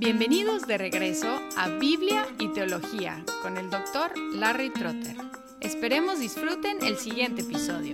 Bienvenidos de regreso a Biblia y Teología con el Dr. Larry Trotter. Esperemos disfruten el siguiente episodio.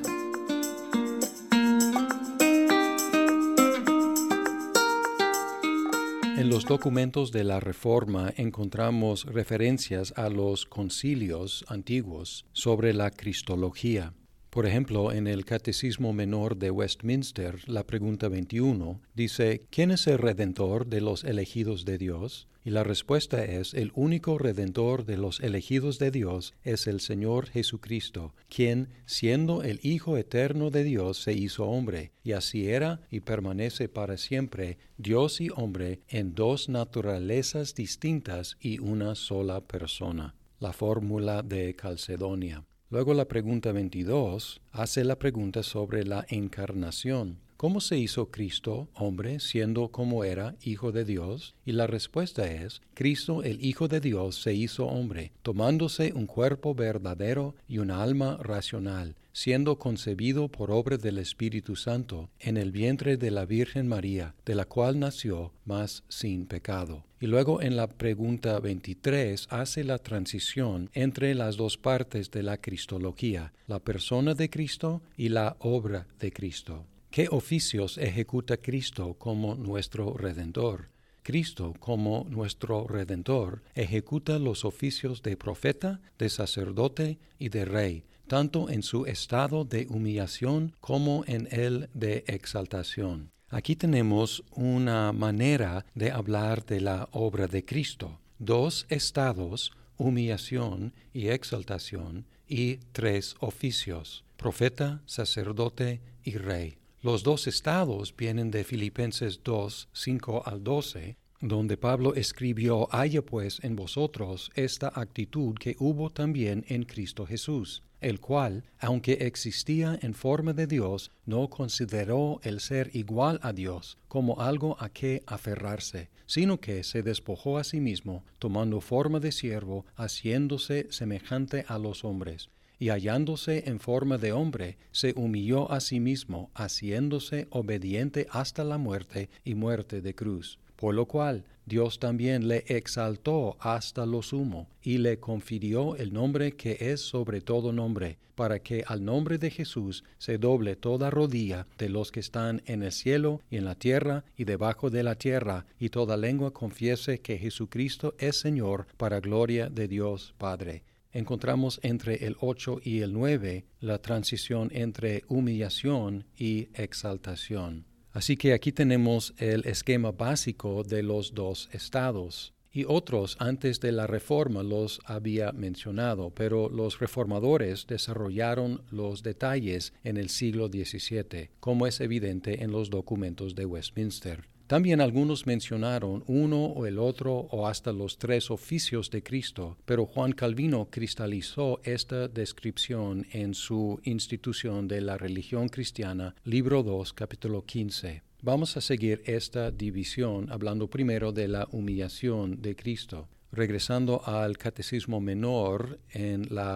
En los documentos de la Reforma encontramos referencias a los concilios antiguos sobre la cristología. Por ejemplo, en el Catecismo Menor de Westminster, la pregunta 21 dice, ¿quién es el Redentor de los elegidos de Dios? Y la respuesta es, el único Redentor de los elegidos de Dios es el Señor Jesucristo, quien, siendo el Hijo eterno de Dios, se hizo hombre, y así era y permanece para siempre, Dios y hombre, en dos naturalezas distintas y una sola persona. La fórmula de Calcedonia. Luego la pregunta 22 hace la pregunta sobre la encarnación. ¿Cómo se hizo Cristo, hombre, siendo como era, Hijo de Dios? Y la respuesta es, Cristo, el Hijo de Dios, se hizo hombre, tomándose un cuerpo verdadero y una alma racional, siendo concebido por obra del Espíritu Santo, en el vientre de la Virgen María, de la cual nació, mas sin pecado. Y luego en la pregunta 23 hace la transición entre las dos partes de la cristología, la persona de Cristo y la obra de Cristo. ¿Qué oficios ejecuta Cristo como nuestro Redentor? Cristo, como nuestro Redentor, ejecuta los oficios de profeta, de sacerdote y de rey, tanto en su estado de humillación como en el de exaltación. Aquí tenemos una manera de hablar de la obra de Cristo. Dos estados, humillación y exaltación, y tres oficios, profeta, sacerdote y rey. Los dos estados vienen de Filipenses 2, 5 al 12, donde Pablo escribió, haya pues en vosotros esta actitud que hubo también en Cristo Jesús, el cual, aunque existía en forma de Dios, no consideró el ser igual a Dios como algo a que aferrarse, sino que se despojó a sí mismo, tomando forma de siervo, haciéndose semejante a los hombres. Y hallándose en forma de hombre, se humilló a sí mismo, haciéndose obediente hasta la muerte y muerte de cruz. Por lo cual, Dios también le exaltó hasta lo sumo, y le confirió el nombre que es sobre todo nombre, para que al nombre de Jesús se doble toda rodilla de los que están en el cielo y en la tierra y debajo de la tierra, y toda lengua confiese que Jesucristo es Señor, para gloria de Dios Padre. Encontramos entre el 8 y el 9 la transición entre humillación y exaltación. Así que aquí tenemos el esquema básico de los dos estados. Y otros antes de la Reforma los había mencionado, pero los reformadores desarrollaron los detalles en el siglo XVII, como es evidente en los documentos de Westminster. También algunos mencionaron uno o el otro o hasta los tres oficios de Cristo, pero Juan Calvino cristalizó esta descripción en su Institución de la Religión Cristiana, libro 2, capítulo 15. Vamos a seguir esta división hablando primero de la humillación de Cristo. Regresando al Catecismo Menor, en la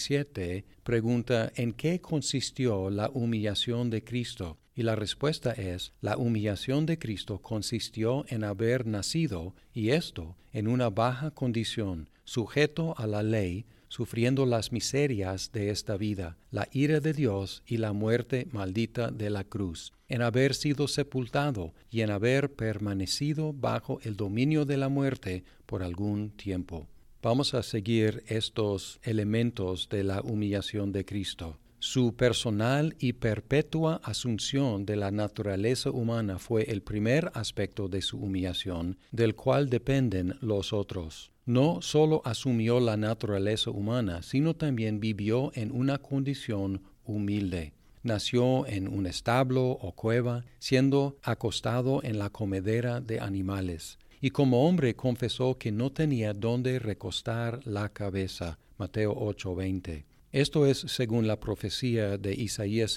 27, pregunta, ¿en qué consistió la humillación de Cristo? Y la respuesta es, la humillación de Cristo consistió en haber nacido, y esto en una baja condición, sujeto a la ley, sufriendo las miserias de esta vida, la ira de Dios y la muerte maldita de la cruz, en haber sido sepultado y en haber permanecido bajo el dominio de la muerte por algún tiempo. Vamos a seguir estos elementos de la humillación de Cristo. Su personal y perpetua asunción de la naturaleza humana fue el primer aspecto de su humillación, del cual dependen los otros. No solo asumió la naturaleza humana, sino también vivió en una condición humilde. Nació en un establo o cueva, siendo acostado en la comedera de animales. Y como hombre confesó que no tenía dónde recostar la cabeza. Mateo 8:20. Esto es según la profecía de Isaías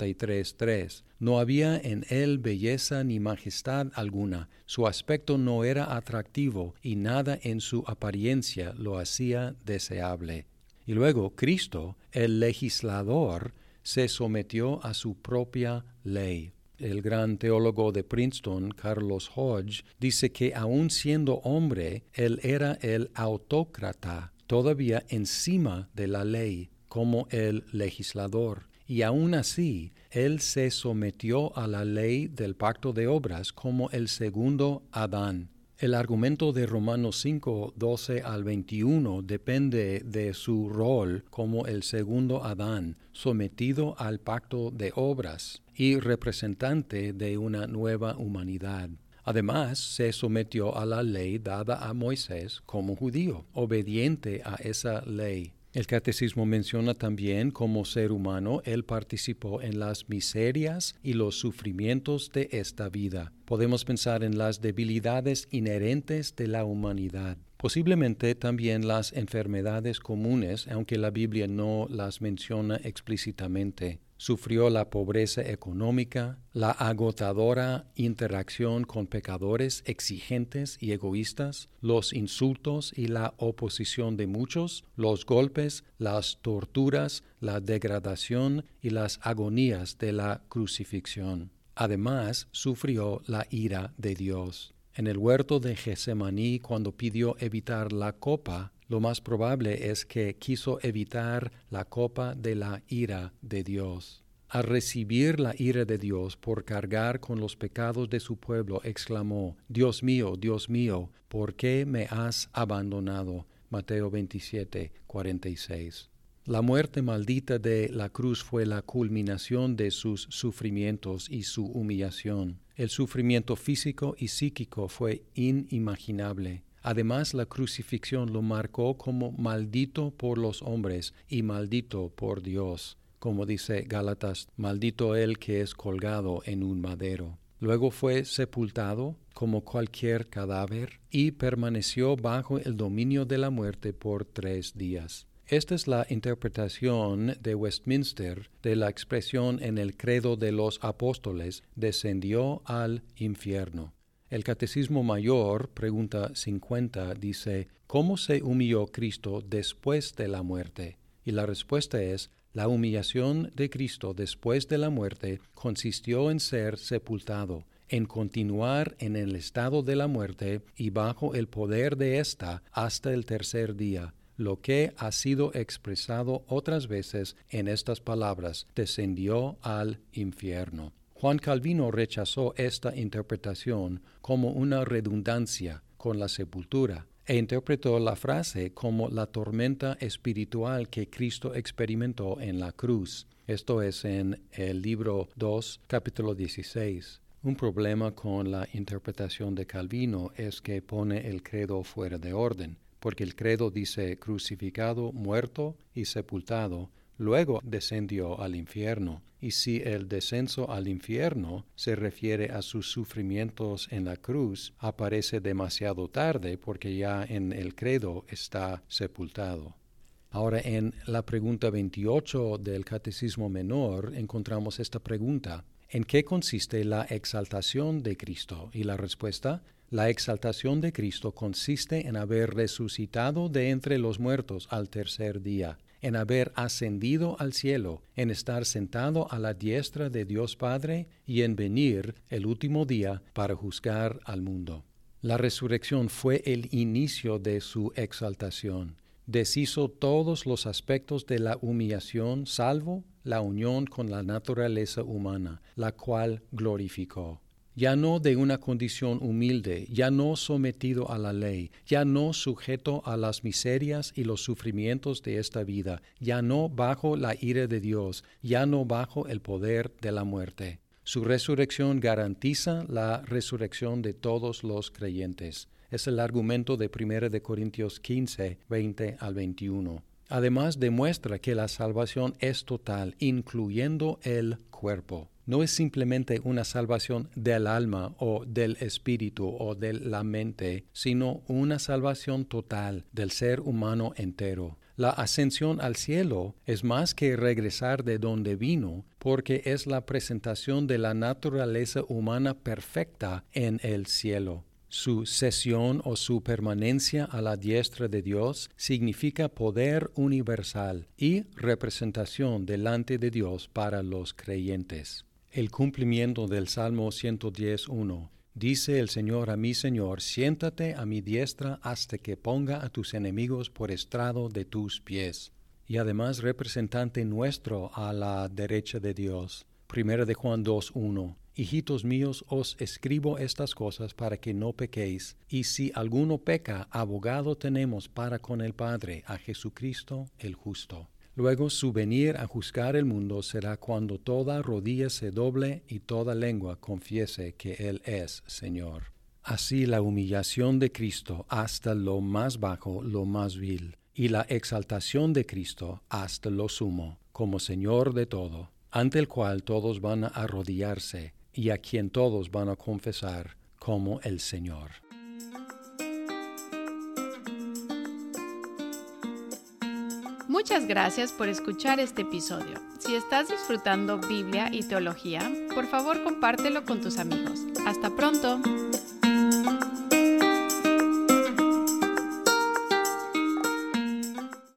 53:3. No había en él belleza ni majestad alguna, su aspecto no era atractivo y nada en su apariencia lo hacía deseable. Y luego Cristo, el legislador, se sometió a su propia ley. El gran teólogo de Princeton, Carlos Hodge, dice que aun siendo hombre, él era el autócrata, todavía encima de la ley, como el legislador. Y aun así, él se sometió a la ley del pacto de obras como el segundo Adán. El argumento de Romanos 5, 12 al 21 depende de su rol como el segundo Adán, sometido al pacto de obras y representante de una nueva humanidad. Además, se sometió a la ley dada a Moisés como judío, obediente a esa ley. El Catecismo menciona también como ser humano él participó en las miserias y los sufrimientos de esta vida. Podemos pensar en las debilidades inherentes de la humanidad. Posiblemente también las enfermedades comunes, aunque la Biblia no las menciona explícitamente. Sufrió la pobreza económica, la agotadora interacción con pecadores exigentes y egoístas, los insultos y la oposición de muchos, los golpes, las torturas, la degradación y las agonías de la crucifixión. Además, sufrió la ira de Dios. En el huerto de Getsemaní, cuando pidió evitar la copa, lo más probable es que quiso evitar la copa de la ira de Dios. Al recibir la ira de Dios por cargar con los pecados de su pueblo, exclamó, Dios mío, ¿por qué me has abandonado? Mateo 27, 46. La muerte maldita de la cruz fue la culminación de sus sufrimientos y su humillación. El sufrimiento físico y psíquico fue inimaginable. Además, la crucifixión lo marcó como maldito por los hombres y maldito por Dios. Como dice Gálatas, maldito el que es colgado en un madero. Luego fue sepultado como cualquier cadáver y permaneció bajo el dominio de la muerte por 3 días. Esta es la interpretación de Westminster de la expresión en el Credo de los Apóstoles, descendió al infierno. El Catecismo Mayor, pregunta 50, dice, ¿cómo se humilló Cristo después de la muerte? Y la respuesta es, la humillación de Cristo después de la muerte consistió en ser sepultado, en continuar en el estado de la muerte y bajo el poder de ésta hasta el tercer día, lo que ha sido expresado otras veces en estas palabras, descendió al infierno. Juan Calvino rechazó esta interpretación como una redundancia con la sepultura e interpretó la frase como la tormenta espiritual que Cristo experimentó en la cruz. Esto es en el libro 2, capítulo 16. Un problema con la interpretación de Calvino es que pone el credo fuera de orden, porque el credo dice crucificado, muerto y sepultado, luego descendió al infierno. Y si el descenso al infierno se refiere a sus sufrimientos en la cruz, aparece demasiado tarde porque ya en el credo está sepultado. Ahora en la pregunta 28 del Catecismo Menor encontramos esta pregunta. ¿En qué consiste la exaltación de Cristo? Y la respuesta, la exaltación de Cristo consiste en haber resucitado de entre los muertos al tercer día, en haber ascendido al cielo, en estar sentado a la diestra de Dios Padre y en venir el último día para juzgar al mundo. La resurrección fue el inicio de su exaltación. Deshizo todos los aspectos de la humillación, salvo la unión con la naturaleza humana, la cual glorificó. Ya no de una condición humilde, ya no sometido a la ley, ya no sujeto a las miserias y los sufrimientos de esta vida, ya no bajo la ira de Dios, ya no bajo el poder de la muerte. Su resurrección garantiza la resurrección de todos los creyentes. Es el argumento de 1 Corintios 15, 20 al 21. Además, demuestra que la salvación es total, incluyendo el cuerpo. No es simplemente una salvación del alma o del espíritu o de la mente, sino una salvación total del ser humano entero. La ascensión al cielo es más que regresar de donde vino, porque es la presentación de la naturaleza humana perfecta en el cielo. Su cesión o su permanencia a la diestra de Dios significa poder universal y representación delante de Dios para los creyentes. El cumplimiento del Salmo 110:1. Dice el Señor a mi Señor, siéntate a mi diestra hasta que ponga a tus enemigos por estrado de tus pies. Y además representante nuestro a la derecha de Dios. 1 de Juan 2:1. Hijitos míos, os escribo estas cosas para que no pequéis, y si alguno peca, abogado tenemos para con el Padre, a Jesucristo el justo. Luego su venir a juzgar el mundo será cuando toda rodilla se doble y toda lengua confiese que Él es Señor. Así la humillación de Cristo hasta lo más bajo, lo más vil, y la exaltación de Cristo hasta lo sumo, como Señor de todo, ante el cual todos van a arrodillarse, y a quien todos van a confesar como el Señor. Muchas gracias por escuchar este episodio. Si estás disfrutando Biblia y teología, por favor compártelo con tus amigos. ¡Hasta pronto!